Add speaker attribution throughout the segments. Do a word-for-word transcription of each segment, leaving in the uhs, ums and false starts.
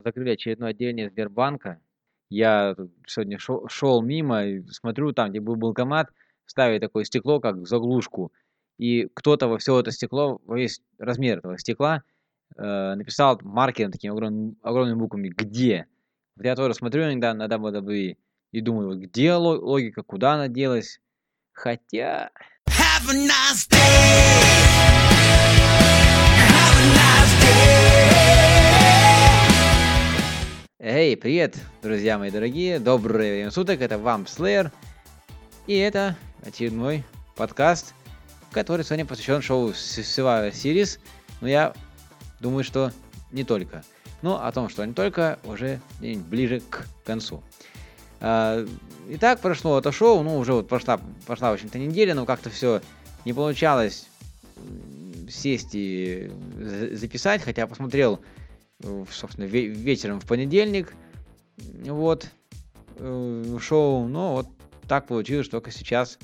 Speaker 1: закрыли очередное отделение Сбербанка. Я тут сегодня шел, шел мимо и смотрю, там, где был банкомат, ставили такое стекло, как заглушку. И кто-то во все это стекло, во весь размер этого стекла, э, написал маркером такими огромными, огромными буквами «Где?». Вот я тоже смотрю иногда на дабл ю дабл ю и и думаю, вот где ло- логика, куда она делась. Хотя...
Speaker 2: Have a nice day. Have a nice day.
Speaker 1: Эй, привет, друзья мои дорогие, доброе время суток, это Vamp Slayer, и это очередной подкаст, который сегодня посвящен шоу Survivor Series, но я думаю, что не только. Но о том, что не только, уже ближе к концу. Итак, прошло это шоу, ну уже вот прошла, прошла в общем-то неделя, но как-то все не получалось сесть и записать, хотя я посмотрел, собственно, вечером в понедельник, вот, шоу, но вот так получилось, что только сейчас,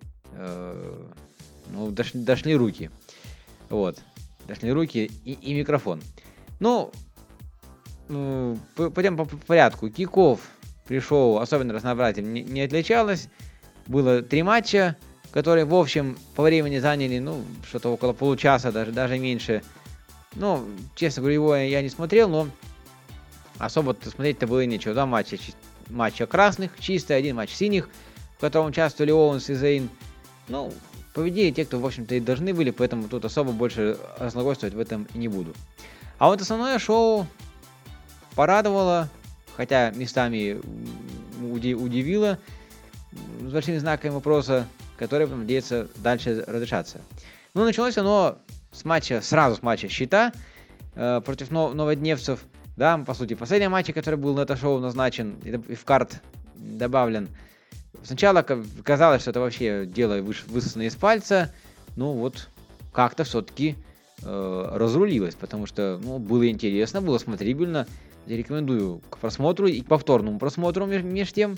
Speaker 1: ну, дошли, дошли руки, вот, дошли руки и, и микрофон. Ну, пойдем по порядку. Киков пришел, особенно разнообразием не, не отличалось, было три матча, которые, в общем, по времени заняли, ну, что-то около получаса, даже, даже меньше. Ну, честно говоря, его я не смотрел, но особо-то смотреть-то было нечего. Два матча, матча красных, чистый, один матч синих, в котором участвовали Оуэнс и Зейн. Ну, победили те, кто, в общем-то, и должны были, поэтому тут особо больше разглагольствовать в этом и не буду. А вот основное шоу порадовало, хотя местами удивило, с большими знаками вопроса, который, надеется, дальше разрешаться. Ну, началось оно с матча, сразу с матча «Щита» э, против нов- новодневцев. Да, по сути, последний матч, который был на это шоу назначен и в карт добавлен. Сначала казалось, что это вообще дело высосано из пальца. Ну, вот как-то все-таки э, разрулилось, потому что, ну, было интересно, было смотрибельно. Я рекомендую к просмотру и к повторному просмотру меж, между тем.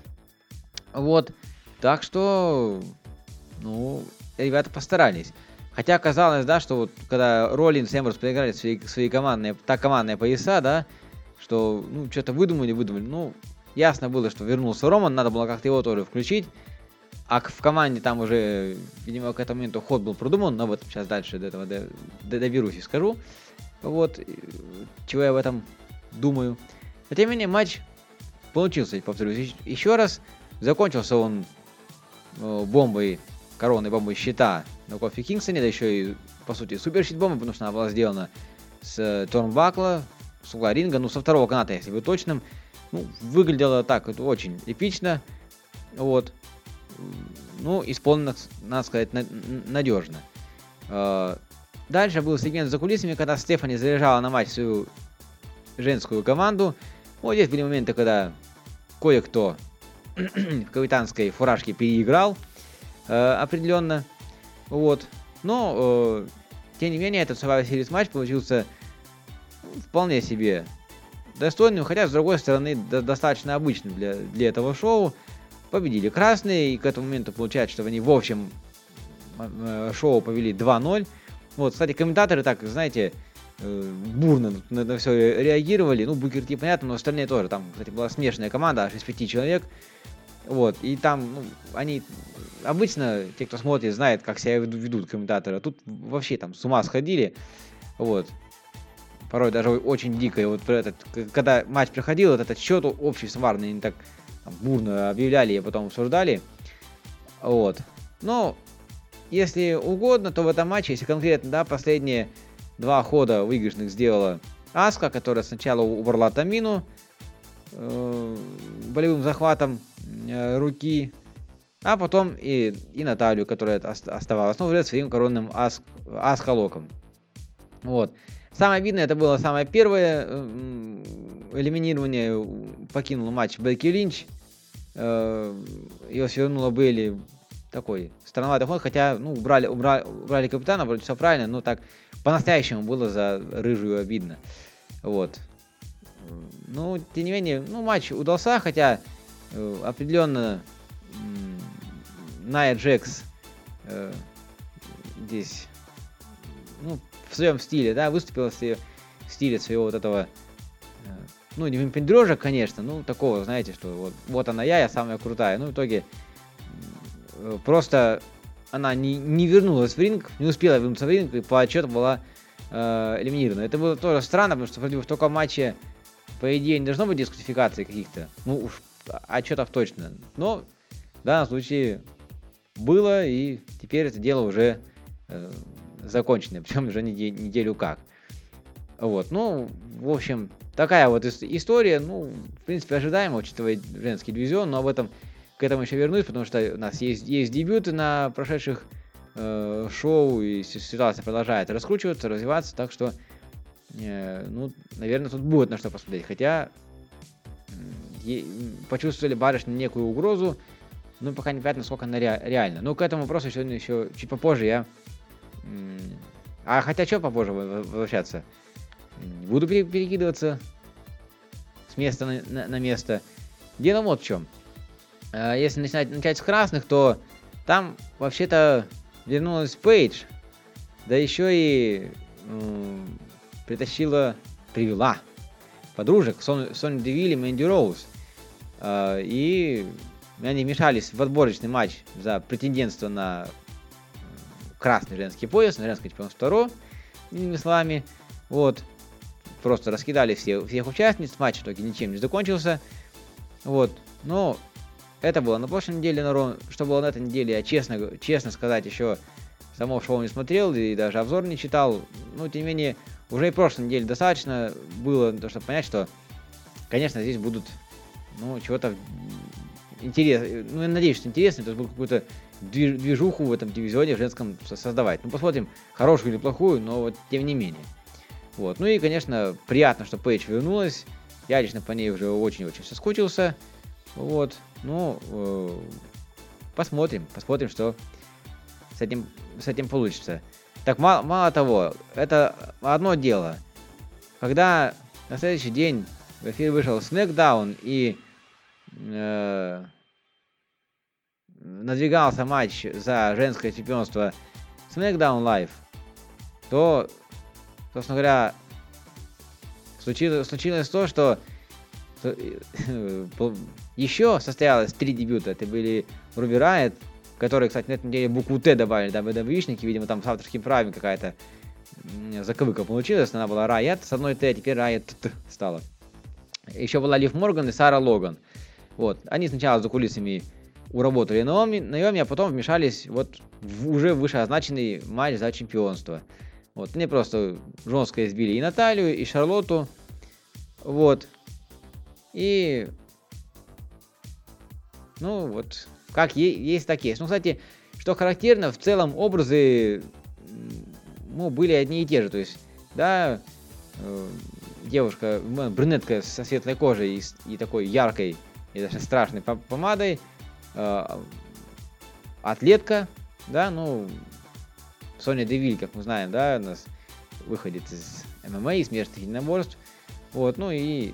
Speaker 1: Вот. Так что, ну, ребята постарались. Хотя казалось, да, что вот когда Роллинс и Эмброс проиграли свои, свои командные, так командные пояса, да, что, ну, что-то выдумали, выдумали. Ну, ясно было, что вернулся Роман, надо было как-то его тоже включить. А в команде там уже, видимо, к этому моменту ход был продуман, но вот сейчас дальше до этого до, до, доберусь и скажу. Вот, чего я в этом думаю. Но тем не менее, матч получился, повторюсь, еще раз. Закончился он бомбой, коронной бомбой щита на Кофи Кингстоне, да еще и, по сути, супер щит бомба, потому что она была сделана с Торнбакла, с угла ринга, ну, со второго каната, если быть точным. Ну, выглядело так, это очень эпично, вот. Ну, исполнено, надо сказать, надежно. Дальше был сегмент за кулисами, когда Стефани заряжала на матч свою женскую команду. Вот здесь были моменты, когда кое-кто в капитанской фуражке переиграл э, определенно. Вот. Но, э, тем не менее, этот Survivor Series матч получился вполне себе достойным, хотя, с другой стороны, до- достаточно обычным для, для этого шоу. Победили красные, и к этому моменту получается, что они в общем э, шоу повели два ноль. Вот, кстати, комментаторы так, знаете, э, бурно на, на все реагировали. Ну, Букер Ти, понятно, но остальные тоже. Там, кстати, была смешанная команда, аж из пяти человек. Вот, и там, ну, они обычно, те, кто смотрит, знают, как себя ведут комментаторы. Тут вообще там с ума сходили. Вот. Порой даже очень дико. И вот этот, когда матч проходил, вот этот счет общий суммарный, они так там, бурно объявляли и потом обсуждали. Вот. Но, если угодно, то в этом матче, если конкретно, да, последние два хода выигрышных сделала Аска, которая сначала убрала Тамину э, болевым захватом э, руки, а потом и, и Наталью, которая оставалась, ну, уже своим коронным ас, Аскалоком. Вот. Самое обидное, это было самое первое э, элиминирование. Покинул матч Бекки Линч. Э, ее свернула Бейли. Такой странноватый ход, хотя, ну, убрали, убрали, убрали капитана, вроде все правильно, но так по-настоящему было за рыжую обидно. Вот. Ну, тем не менее, ну, матч удался, хотя э, определенно э, Найя Джекс э, здесь, ну, в своем стиле, да, выступила в стиле своего вот этого э, ну, не выпендрежа, конечно, ну, такого, знаете, что вот, вот она я, я самая крутая. Ну, в итоге э, просто она не, не вернулась в ринг, не успела вернуться в ринг, и по отчету была э, элиминирована. Это было тоже странно, потому что вроде бы в таком матче, по идее, не должно быть дисквалификации каких-то. Ну, уж отчетов точно. Но в данном случае было, и теперь это дело уже э, закончено. Причем уже неделю, неделю как. Вот, ну, в общем, такая вот история, ну, в принципе, ожидаемо, учитывая женский дивизион, но об этом, к этому еще вернусь, потому что у нас есть, есть дебюты на прошедших э, шоу, и ситуация продолжает раскручиваться, развиваться, так что, э, ну, наверное, тут будет на что посмотреть, хотя э, почувствовали барышни некую угрозу, но пока непонятно, насколько она ре, реальна. Ну, к этому вопросу еще, еще чуть попозже я... Э, а хотя что попозже возвращаться? Буду перекидываться с места на, на, на место. Дело вот в чем. Если начинать, начать с красных, то там вообще-то вернулась Пейдж. Да еще и э, притащила, привела подружек Сон, Соню Девиль и Мэнди Роуз. Э, и они вмешались в отборочный матч за претендентство на красный женский пояс, на женское чемпионство Ро, иными словами. Вот. Просто раскидали все, всех участниц, матч в итоге ничем не закончился. Вот, но это было на прошлой неделе на Ро. Что было на этой неделе, я честно, честно сказать, еще само шоу не смотрел и даже обзор не читал. Но, тем не менее, уже и прошлой неделе достаточно было, чтобы понять, что, конечно, здесь будут, ну, чего-то интересное. Ну, я надеюсь, что интересно, то есть будет какую-то движуху в этом дивизионе в женском создавать. Ну, посмотрим, хорошую или плохую, но вот тем не менее. Вот. Ну и, конечно, приятно, что Пейдж вернулась. Я лично по ней уже очень-очень соскучился. Вот. Ну, э, посмотрим, посмотрим, что с этим, с этим получится. Так, мало, мало того, это одно дело. Когда на следующий день в эфир вышел SmackDown и э, надвигался матч за женское чемпионство SmackDown Live, то, собственно говоря, случилось, случилось то, что еще состоялось три дебюта. Это были Руби Райот, которые, кстати, на этой неделе букву Т добавили дабл ю дабл ю и-шники, видимо, там с авторским правом какая-то заковыка получилась. Она была Райот с одной Т, а теперь Райот стала. Еще была Лив Морган и Сара Логан. Вот. Они сначала за кулисами уработали наеме, а потом вмешались вот в уже вышеозначенный матч за чемпионство. Вот. Мне просто жестко избили и Наталью, и Шарлотту. Вот. И... Ну, вот. Как е- есть, так есть. Ну, кстати, что характерно, в целом образы, ну, были одни и те же. То есть, да, э, девушка, брюнетка со светлой кожей и, и такой яркой и даже страшной помадой, э, атлетка, да, ну, Соня Девиль, как мы знаем, да, у нас выходит из эм эм а, из смертных единоборств. Вот, ну и,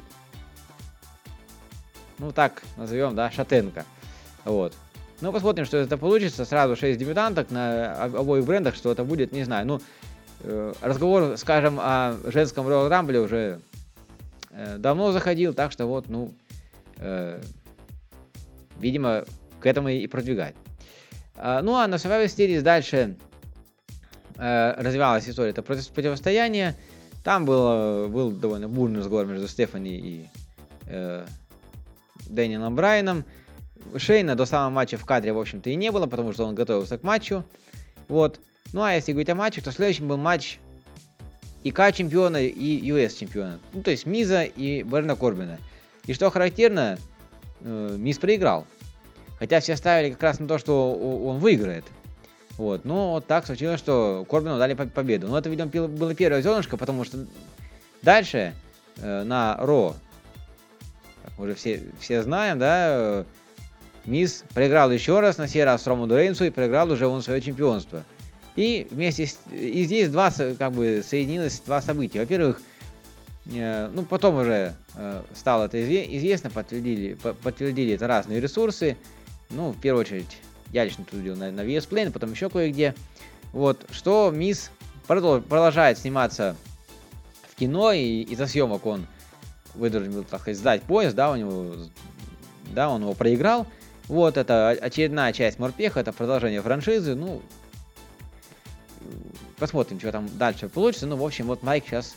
Speaker 1: ну, так назовем, да, шатенка. Вот. Ну, посмотрим, что это получится. Сразу шесть дебютанток на обоих брендах, что это будет, не знаю. Ну, э, разговор, скажем, о женском Royal Rumble уже э, давно заходил, так что вот, ну, э, видимо, к этому и продвигать. А, ну, а на Survivor Series дальше э, развивалась история это противостояние. Там было, был довольно бурный разговор между Стефани и э, Дэниелом Брайаном. Шейна до самого матча в кадре, в общем-то, и не было, потому что он готовился к матчу. Вот. Ну, а если говорить о матче, то следующим был матч и ка чемпиона, и ю эс чемпиона. Ну, то есть Миза и Барона Корбина. И что характерно, э, Миз проиграл. Хотя все ставили как раз на то, что он выиграет. Вот. Но вот так случилось, что Корбину дали победу. Но это, видимо, было первое зернышко, потому что дальше э, на Ро, как мы уже все, все знаем, да, Миз проиграл еще раз, на сей раз Роману Рейнсу, и проиграл уже он свое чемпионство. И вместе с... И здесь два, как бы, соединилось два события. Во-первых, э, ну, потом уже э, стало это известно, подтвердили, по- подтвердили это разные ресурсы. Ну, в первую очередь, я лично трудил на, на ви эс Play, потом еще кое-где. Вот, что Миз продол- продолжает сниматься в кино, и из-за съемок он вынужден был, так сказать, сдать пояс, да, у него, да, он его проиграл. Вот, это очередная часть Морпеха, это продолжение франшизы, ну, посмотрим, что там дальше получится. Ну, в общем, вот Майк сейчас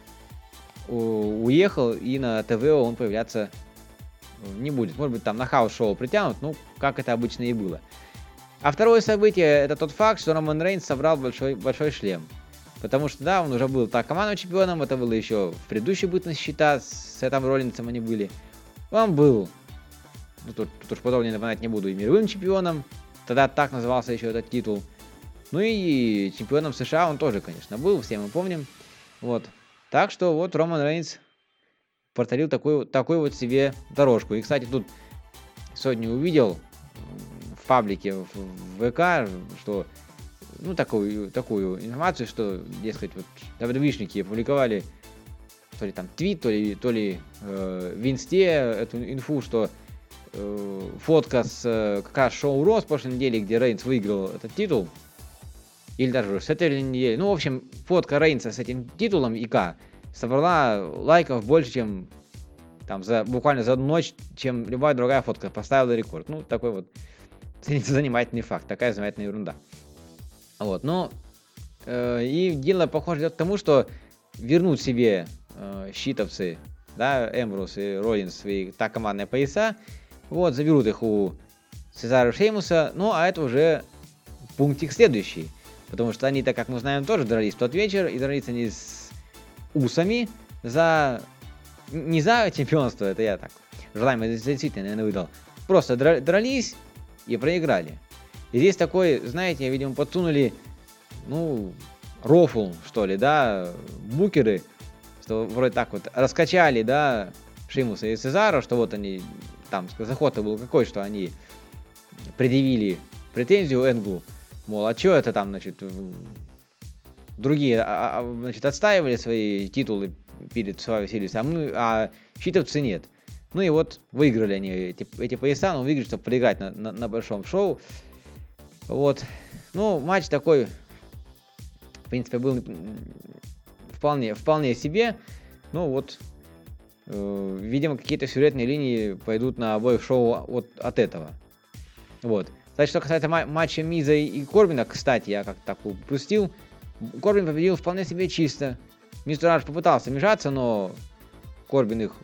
Speaker 1: уехал, и на ТВ он появляться не будет. Может быть, там на хаус-шоу притянут, ну, как это обычно и было. А второе событие, это тот факт, что Роман Рейнс собрал большой, большой шлем. Потому что, да, он уже был так командным чемпионом, это было еще в предыдущей бытность счета, с Сетом Роллинсом они были. Он был, ну, тут, тут уж подробнее напоминать не буду, и мировым чемпионом, тогда так назывался еще этот титул. Ну и чемпионом США он тоже, конечно, был, все мы помним. Вот. Так что вот Роман Рейнс повторил такую, такую вот себе дорожку. И, кстати, тут сегодня увидел в паблике в ВК, что, ну, такую, такую информацию, что, дескать, вот дабл ю дабл ю и-шники опубликовали то ли там твит, то ли, то ли э, в инсте эту инфу, что э, фотка с э, как раз шоу Ро с прошлой недели, где Рейнс выиграл этот титул, или даже с этой недели. Ну, в общем, фотка Рейнса с этим титулом ИК собрала лайков больше, чем там за буквально за одну ночь, чем любая другая фотка поставила рекорд. Ну, такой вот занимательный факт, такая занимательная ерунда. Вот, ну, э, и дело, похоже, идет к тому, что вернут себе э, щитовцы, да, Эмбрус и Роллинс свои так командные пояса, вот, заберут их у Сезара Шеймуса, ну, а это уже пунктик следующий. Потому что они-то, как мы знаем, тоже дрались в тот вечер, и дрались они с Усами за... Не за чемпионство, это я так, желаемое действительно, наверное, выдал. Просто дрались и проиграли. И здесь такой, знаете, видимо, подсунули, ну, рофл, что ли, да, букеры, что вроде так вот раскачали, да, Шеймуса и Сезара, что вот они, там, заход-то был какой, что они предъявили претензию Энглу, мол, а что это там, значит, другие, а, а, значит, отстаивали свои титулы перед Славой Силисом, а, мы, а щитовцы нет. Ну и вот выиграли они эти, эти пояса, но выиграли, чтобы проиграть на, на, на большом шоу. Вот. Ну, матч такой, в принципе, был вполне, вполне себе. Ну вот, э, видимо, какие-то сюжетные линии пойдут на обоих шоу от, от этого. Вот. Кстати, что касается ма- матча Миза и Корбина, кстати, я как-то так упустил. Корбин победил вполне себе чисто. Миз Тараж попытался вмешаться, но Корбин их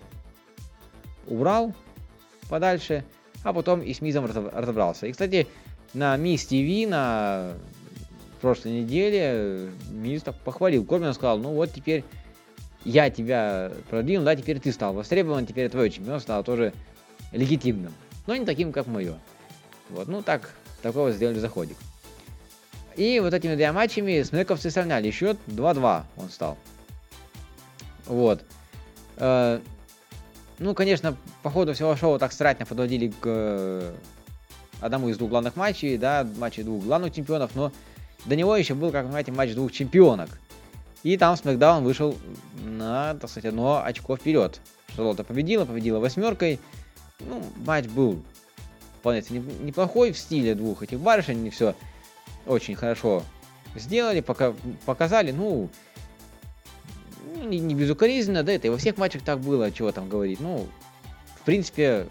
Speaker 1: убрал подальше, а потом и с Мизом разобрался. И, кстати, на Миз ТВ на прошлой неделе Миз так похвалил Корбина, сказал, ну вот теперь я тебя продвинул, да, теперь ты стал востребован, теперь твое чемпионство стало тоже легитимным, но не таким, как мое. Вот, ну так, такой вот сделали заходик. И вот этими двумя матчами смековцы сравняли счет два-два он стал. Вот. Э, ну, конечно, по ходу всего шоу так старательно подводили к э, одному из двух главных матчей, да, матчей двух главных чемпионов, но до него еще был, как вы понимаете, матч двух чемпионок. И там Смэкдаун вышел на, так сказать, одно очко вперед. Шарлотта победила, победила восьмеркой. Ну, матч был вполне неплохой в стиле двух этих барышень, они все очень хорошо сделали, пока, показали, ну, не, не безукоризненно, да, это и во всех матчах так было, чего там говорить, ну, в принципе,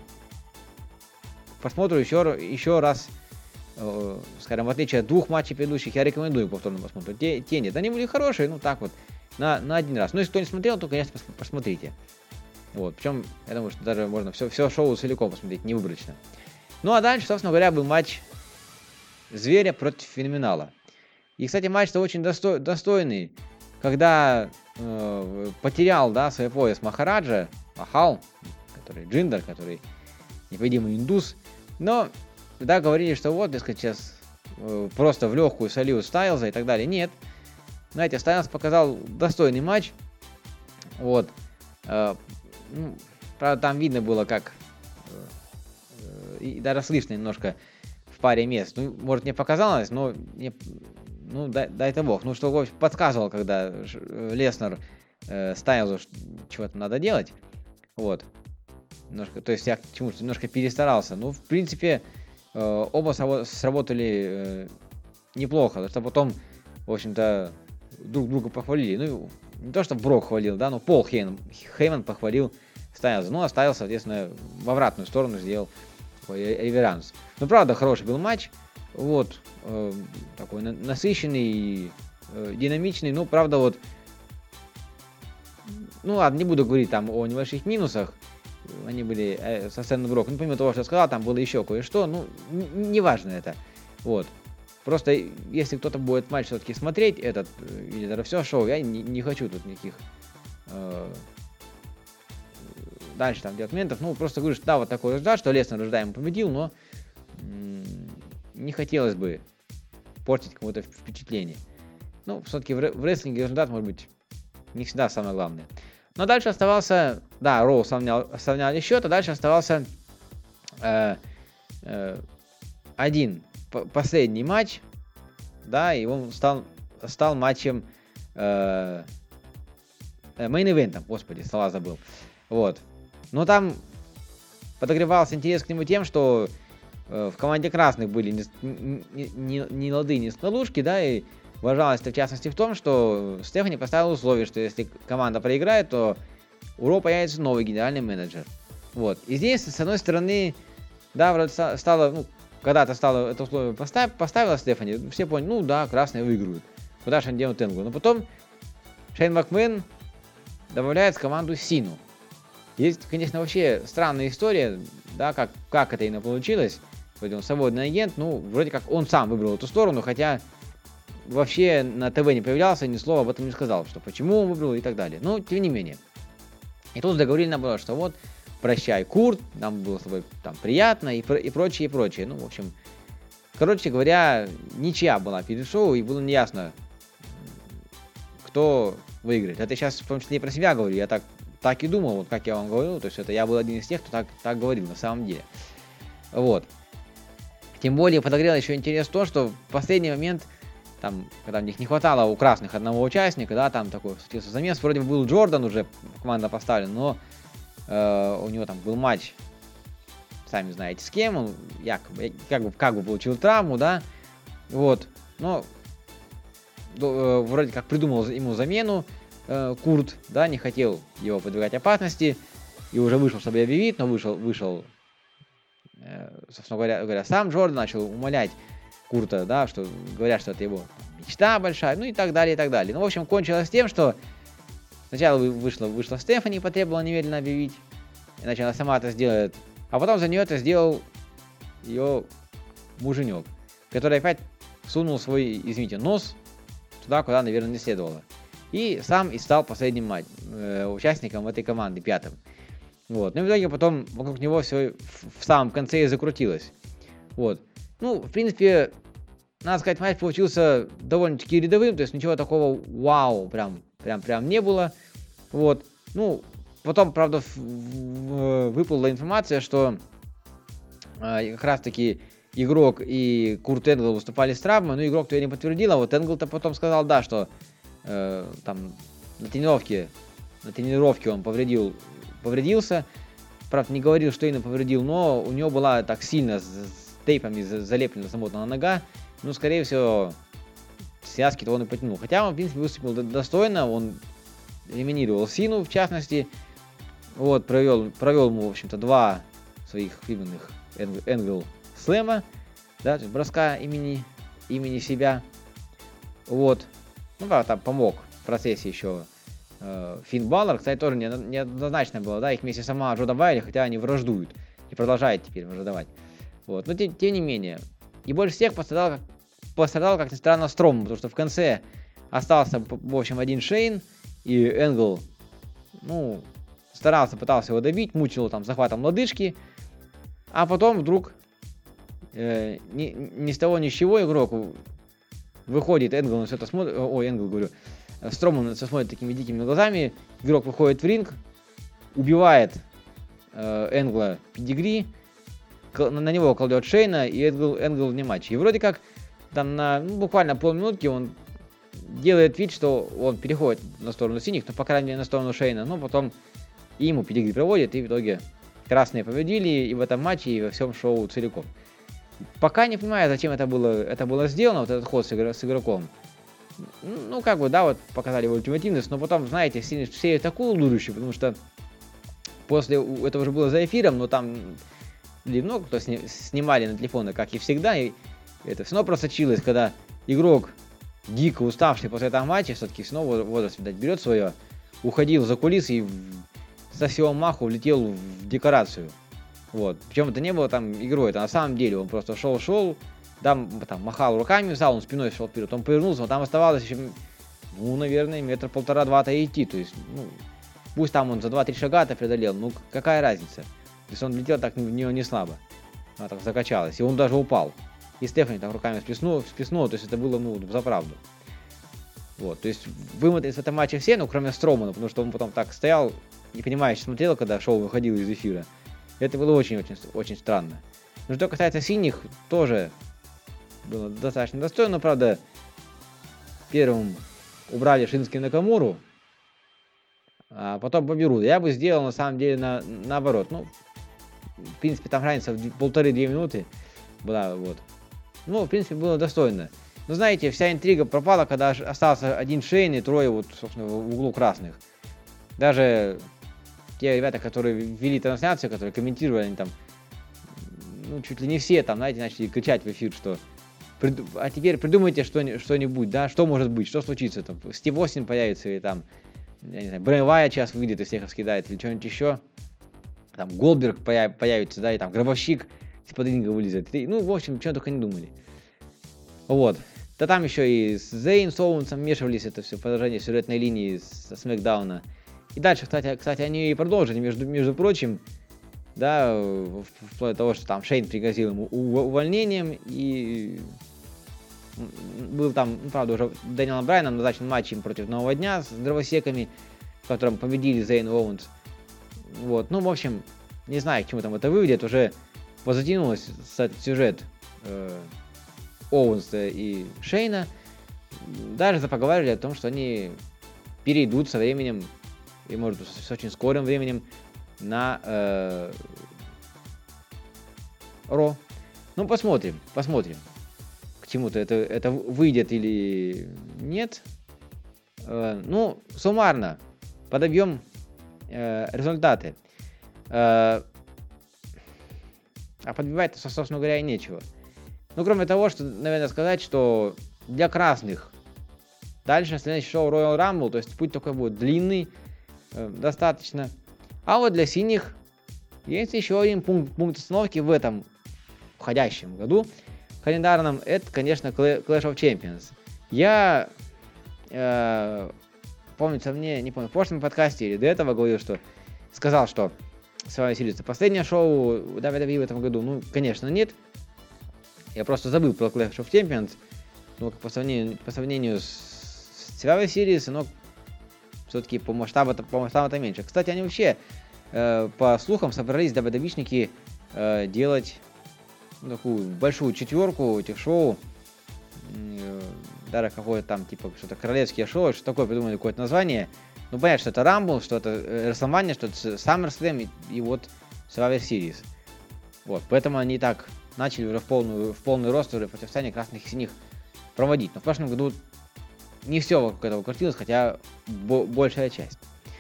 Speaker 1: посмотрю еще, еще раз, э, скажем, в отличие от двух матчей предыдущих, я рекомендую повторно посмотреть, те, те нет, они были хорошие, ну, так вот, на, на один раз, ну, если кто не смотрел, то, конечно, пос, посмотрите, вот, причем, я думаю, что даже можно все, все шоу целиком посмотреть, не выборочно. Ну, а дальше, собственно говоря, был матч Зверя против Феноменала. И, кстати, матч-то очень достой, достойный, когда э, потерял, да, свой пояс Махараджа, Махал, который Джиндер, который непобедимый индус, но да, говорили, что вот, дескать, сейчас э, просто в легкую солью Стайлза и так далее. Нет, знаете, Стайлз показал достойный матч, вот, э, ну, правда, там видно было, как, э, э, и даже слышно немножко в паре мест. Ну, может, мне показалось, но мне, ну, дай, дай-то бог. Ну, что, в общем, подсказывал, когда Леснер э, Стайлзу чего-то надо делать. Вот. Немножко, то есть я к чему-то немножко перестарался. Ну, в принципе, э, оба сработали э, неплохо. Потому что потом, в общем-то, друг друга похвалили. Ну, не то, что Брок хвалил, да, но Пол Хейман, Хейман похвалил ставился, ну, оставил, соответственно, в обратную сторону сделал такой реверанс. Ну, правда, хороший был матч, вот, э, такой на- насыщенный, э, динамичный, ну, правда, вот, ну, ладно, не буду говорить там о небольших минусах, они были э, со сцены Брок, ну, помимо того, что я сказал, там было еще кое-что, ну, н- неважно это, вот. Просто, если кто-то будет матч все-таки смотреть, этот, э, или даже все шоу, я не, не хочу тут никаких э, дальше там делать моментов, ну, просто говорю, что да, вот такой результат, что Леснер ожидаемо победил, но м- не хотелось бы портить кому-то впечатление. Ну, все-таки в, рэ- в рестлинге результат может быть не всегда самое главное. Но дальше оставался, да, Роу сравнял, сравняли счет, а дальше оставался э, э, один п- последний матч, да, и он стал, стал матчем э, мейн-ивентом, господи, слова забыл. Вот. Но там подогревался интерес к нему тем, что э, в команде красных были не, не, не, не лады, не скалушки, да, и выражалось это в частности в том, что Стефани поставил условие, что если команда проиграет, то у Ро появится новый генеральный менеджер. Вот. И здесь, с одной стороны, да, вроде стало, ну, когда-то стало это условие поставь, поставила Стефани, все поняли, ну да, красные выиграют. Куда же они делают Энгл? Но потом Шейн Макмен добавляет в команду Сину. Есть, конечно, вообще странная история, да, как, как это именно получилось. Вроде он свободный агент, ну, вроде как он сам выбрал эту сторону, хотя вообще на ТВ не появлялся, ни слова об этом не сказал, что почему он выбрал и так далее. Но, тем не менее. И тут договорили наоборот, что вот, прощай, Курт, нам было с тобой там приятно и, и прочее, и прочее. Ну, в общем, короче говоря, ничья была перед шоу, и было неясно, кто выиграет. Это сейчас в том числе и про себя говорю, я так, так и думал, вот как я вам говорил, то есть это я был один из тех, кто так, так говорил на самом деле. Вот. Тем более подогрел еще интерес в том, что в последний момент, там, когда у них не хватало у красных одного участника, да, там такой случился замес, вроде бы был Джордан уже, команда поставлена, но э, у него там был матч, сами знаете с кем, он якобы, как бы, как бы получил травму, да, вот, но э, вроде как придумал ему замену э, Курт, да, не хотел его подвергать опасности, и уже вышел, чтобы объявить, но вышел, вышел, э, собственно говоря, говоря, сам Джордан начал умолять Курта, да, что говорят, что это его мечта большая, ну и так далее, и так далее. Ну, в общем, кончилось тем, что сначала вышла, вышла Стефани, потребовала немедленно объявить, иначе она сама это сделает, а потом за нее это сделал ее муженек, который опять сунул свой, извините, нос туда, куда, наверное, не следовало. И сам и стал последним матч, э, участником этой команды, пятым. Вот. Ну и в итоге потом вокруг него все в, в самом конце и закрутилось. Вот. Ну, в принципе, надо сказать, матч получился довольно-таки рядовым, то есть ничего такого вау прям, прям, прям не было. Вот. Ну, потом, правда, в, в, выплыла информация, что э, как раз-таки игрок и Курт Энгл выступали с травмой, но игрок-то ее не подтвердил, а вот Энгл-то потом сказал, да, что э, там на тренировке, на тренировке он повредил, повредился. Правда, не говорил, что именно повредил, но у него была так сильно с, с тейпами залеплена замотана нога. Ну, скорее всего, связки-то он и потянул. Хотя он, в принципе, выступил достойно, он элиминировал Сину, в частности. Вот, провел, провел ему, в общем-то, два своих фирменных Энгл слэма, да, то есть броска имени, имени себя. Вот. Ну, да, там помог в процессе еще э, Финн Баллар. Кстати, тоже неоднозначно было, да, их вместе сама Джо добавили, хотя они враждуют. И продолжают теперь враждовать. Вот. Но тем, тем не менее. И больше всех пострадал, пострадал, как ни странно, Стром, потому что в конце остался, в общем, один Шейн, и Энгл, ну, старался, пытался его добить, мучил там захватом лодыжки, а потом вдруг э, ни, ни с того ни с чего игрок выходит, Энгл на все это смотрит, ой, Энгл, говорю, Стром на все смотрит такими дикими глазами, игрок выходит в ринг, убивает э, Энгла педигри, на него кладет Шейна, и Энгл, Энгл вне матча. И вроде как там на ну, буквально полминутки он делает вид, что он переходит на сторону синих, но по крайней мере на сторону Шейна, но потом и ему педигри проводят, и в итоге красные победили и в этом матче, и во всем шоу целиком. Пока не понимаю, зачем это было, это было сделано, вот этот ход с, игр, с игроком. Ну, как бы, да, вот показали его ультимативность, но потом, знаете, все такую лужущую, потому что после, это уже было за эфиром, но там люди много кто сни, снимали на телефоны, как и всегда, и это все равно просочилось, когда игрок, дико уставший после этого матча, все-таки снова возраст, видать, берет свое, уходил за кулисы и со всего маху влетел в декорацию. Вот. Причем это не было там игрой, это на самом деле он просто шел-шел, там, там махал руками в зал, он спиной шел вперед, он повернулся, но там оставалось еще, ну, наверное, метр полтора-два-то идти, то есть, ну, пусть там он за два-три шага-то преодолел, ну, какая разница. То есть он летел так в нее не слабо, она так закачалась, и он даже упал. И Стефани там руками сплеснула, сплеснула, то есть это было, ну, за правду. Вот, то есть вымотались в этом матче все, ну, кроме Стромана, потому что он потом так стоял, непонимающе смотрел, когда шоу выходило из эфира. Это было очень-очень очень странно. Но что касается синих, тоже было достаточно достойно, правда, первым убрали Шински Накамуру, а потом Бобби. Я бы сделал, на самом деле, на, наоборот. Ну, в принципе, там разница в полторы-две минуты была, вот. Ну, в принципе, было достойно. Но, знаете, вся интрига пропала, когда остался один Шейн и трое, вот, собственно, в углу красных. Даже те ребята, которые вели трансляцию, которые комментировали, они там, ну, чуть ли не все там, знаете, начали кричать в эфир, что а теперь придумайте что-нибудь, да, что может быть, что случится, там, Стив Остин появится, или там, я не знаю, Брэй Уайт сейчас выйдет и всех раскидает, или что-нибудь еще, там, Голдберг появится, да, и там, Гробовщик из-под ринга вылезет, и, ну, в общем, что только не думали. Вот. Да там еще и с Зейн, с Оуэнсом вмешивались, это все продолжение сюжетной линии со Смэкдауна. И дальше, кстати, кстати они и продолжили, между, между прочим, да, вплоть до того, что там Шейн пригрозил ему увольнением, и был там, ну, правда, уже Дэниелом Брайаном назначен матч им против Нового Дня с дровосеками, в котором победили Зейн и Оуэнс. Вот, ну, в общем, не знаю, к чему там это выведет, уже позатянулось этот сюжет э, Оуэнса и Шейна. Даже запоговорили о том, что они перейдут со временем, и может с очень скорым временем, на э, Ро. Ну, посмотрим, посмотрим, к чему-то это, это выйдет или нет. Э, ну, суммарно подобьем э, результаты. Э, а подбивать-то, собственно говоря, и нечего. Ну, кроме того, что, наверное, сказать, что для красных дальше следующее шоу Royal Rumble, то есть путь такой будет длинный, э, достаточно. А вот для синих есть еще один пункт, пункт остановки в этом входящем году календарном. Это, конечно, Clash of Champions. Я, э, помнится мне, не помню, в прошлом подкасте или до этого говорил, что сказал, что Survivor Series это последнее шоу дабл ю дабл ю и в этом году. Ну, конечно, нет. Я просто забыл про Clash of Champions. Ну, по сравнению, по сравнению с Survivor Series, но все-таки по масштабу по масштабу-то меньше. Кстати, они вообще, э, по слухам, собрались дабл ю дабл ю и-шники э, делать ну, такую большую четверку этих шоу. Э, даже какое-то там, типа, что-то королевские шоу, что такое, придумали какое-то название. Ну, понятно, что это Rumble, что это WrestleMania, что это SummerSlam и, и вот Survivor Series. Вот, поэтому они так начали уже в, полную, в полный рост уже противостояние красных и синих проводить. Но в прошлом году не все вокруг этого крутилось, хотя бо- большая часть.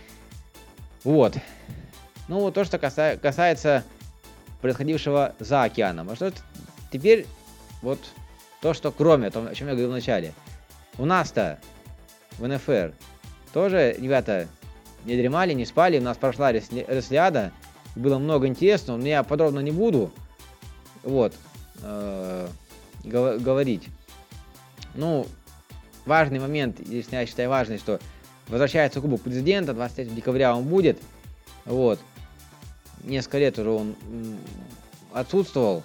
Speaker 1: Вот. Ну, вот то, что каса- касается происходившего за океаном. А что теперь вот то, что кроме того, о чем я говорил в начале. У нас-то в эн эф эр тоже ребята не дремали, не спали. У нас прошла Рестлиада. Было много интересного, но я подробно не буду вот, э- говорить. Ну, важный момент, если я считаю важный, что возвращается Кубок Президента, двадцать третьего декабря он будет. Вот. Несколько лет уже он отсутствовал.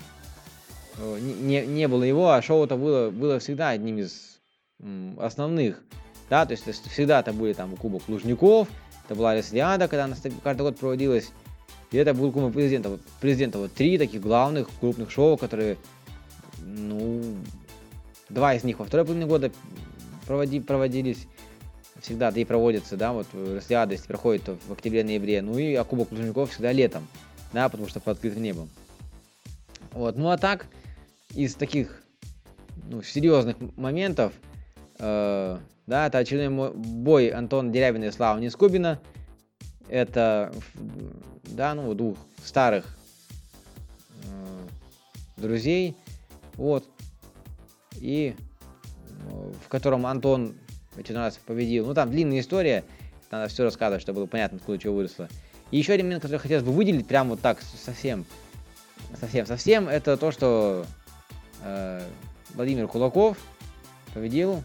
Speaker 1: Не, не было его, а шоу-то было, было всегда одним из основных. Да, то есть всегда это были там Кубок Лужников, это была Рестлиада, когда она каждый год проводилась. И это был Кубок Президента. Вот, президента вот три таких главных крупных шоу, которые, ну, два из них во второй половине года проводи, проводились. Всегда, да и проводятся, да, вот Рестлиада, если проходит, то в октябре-ноябре. Ну и а Кубок Лужников всегда летом, да, потому что под открытым небом. Вот, ну а так, из таких, ну, серьезных моментов, э, да, это очередной бой Антона Дерябина и Славы Нескубина. это, да, ну, двух старых э, друзей, вот, и э, в котором Антон в очередной раз победил. Ну, там длинная история, надо все рассказывать, чтобы было понятно, откуда чего выросло. И еще один момент, который хотелось бы выделить, прям вот так совсем, совсем, совсем, это то, что э, Владимир Кулаков победил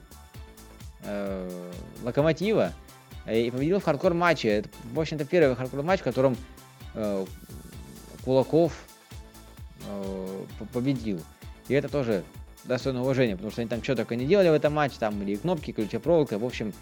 Speaker 1: э, Локомотива и победил в хардкор-матче. Это, в общем-то, первый хардкор-матч, в котором э, Кулаков э, победил. И это тоже достойно уважения, потому что они там что только не делали в этом матче, там или кнопки, ключепроволока. В общем,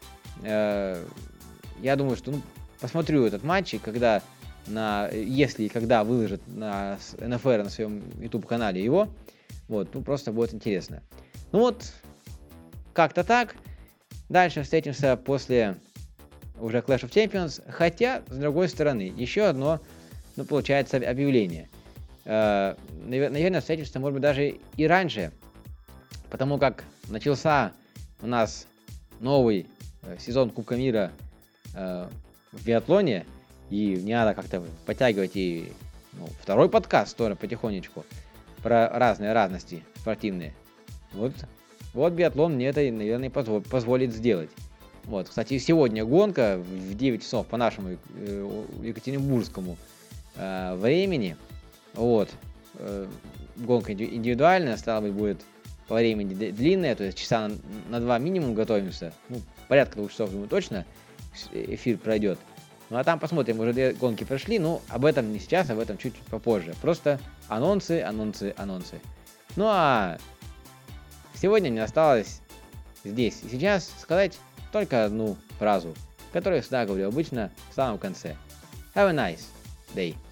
Speaker 1: э, я думаю, что ну, посмотрю этот матч, и когда на, если и когда выложат на эн эф эр на своем YouTube-канале его, вот, ну просто будет интересно. Ну вот, как-то так. Дальше встретимся после уже Clash of Champions, хотя, с другой стороны, еще одно, ну, получается, объявление. Э, наверное, встретимся, может быть, даже и раньше, потому как начался у нас новый э, сезон Кубка мира э, в биатлоне, и не надо как-то подтягивать и ну, второй подкаст тоже потихонечку про разные разности спортивные. Вот, вот биатлон мне это, наверное, позво- позволит сделать. Вот, кстати, сегодня гонка в девять часов по нашему э, екатеринбургскому э, времени. Вот, э, гонка индивидуальная, стало быть, будет по времени длинная, то есть часа на, на два минимум готовимся. Ну, порядка двух часов, думаю, точно эфир пройдет. Ну, а там посмотрим, уже две гонки прошли, ну, об этом не сейчас, об этом чуть-чуть попозже. Просто анонсы, анонсы, анонсы. Ну, а сегодня мне осталось здесь и сейчас сказать только одну фразу, которую я всегда говорю обычно в самом конце. Have a nice day.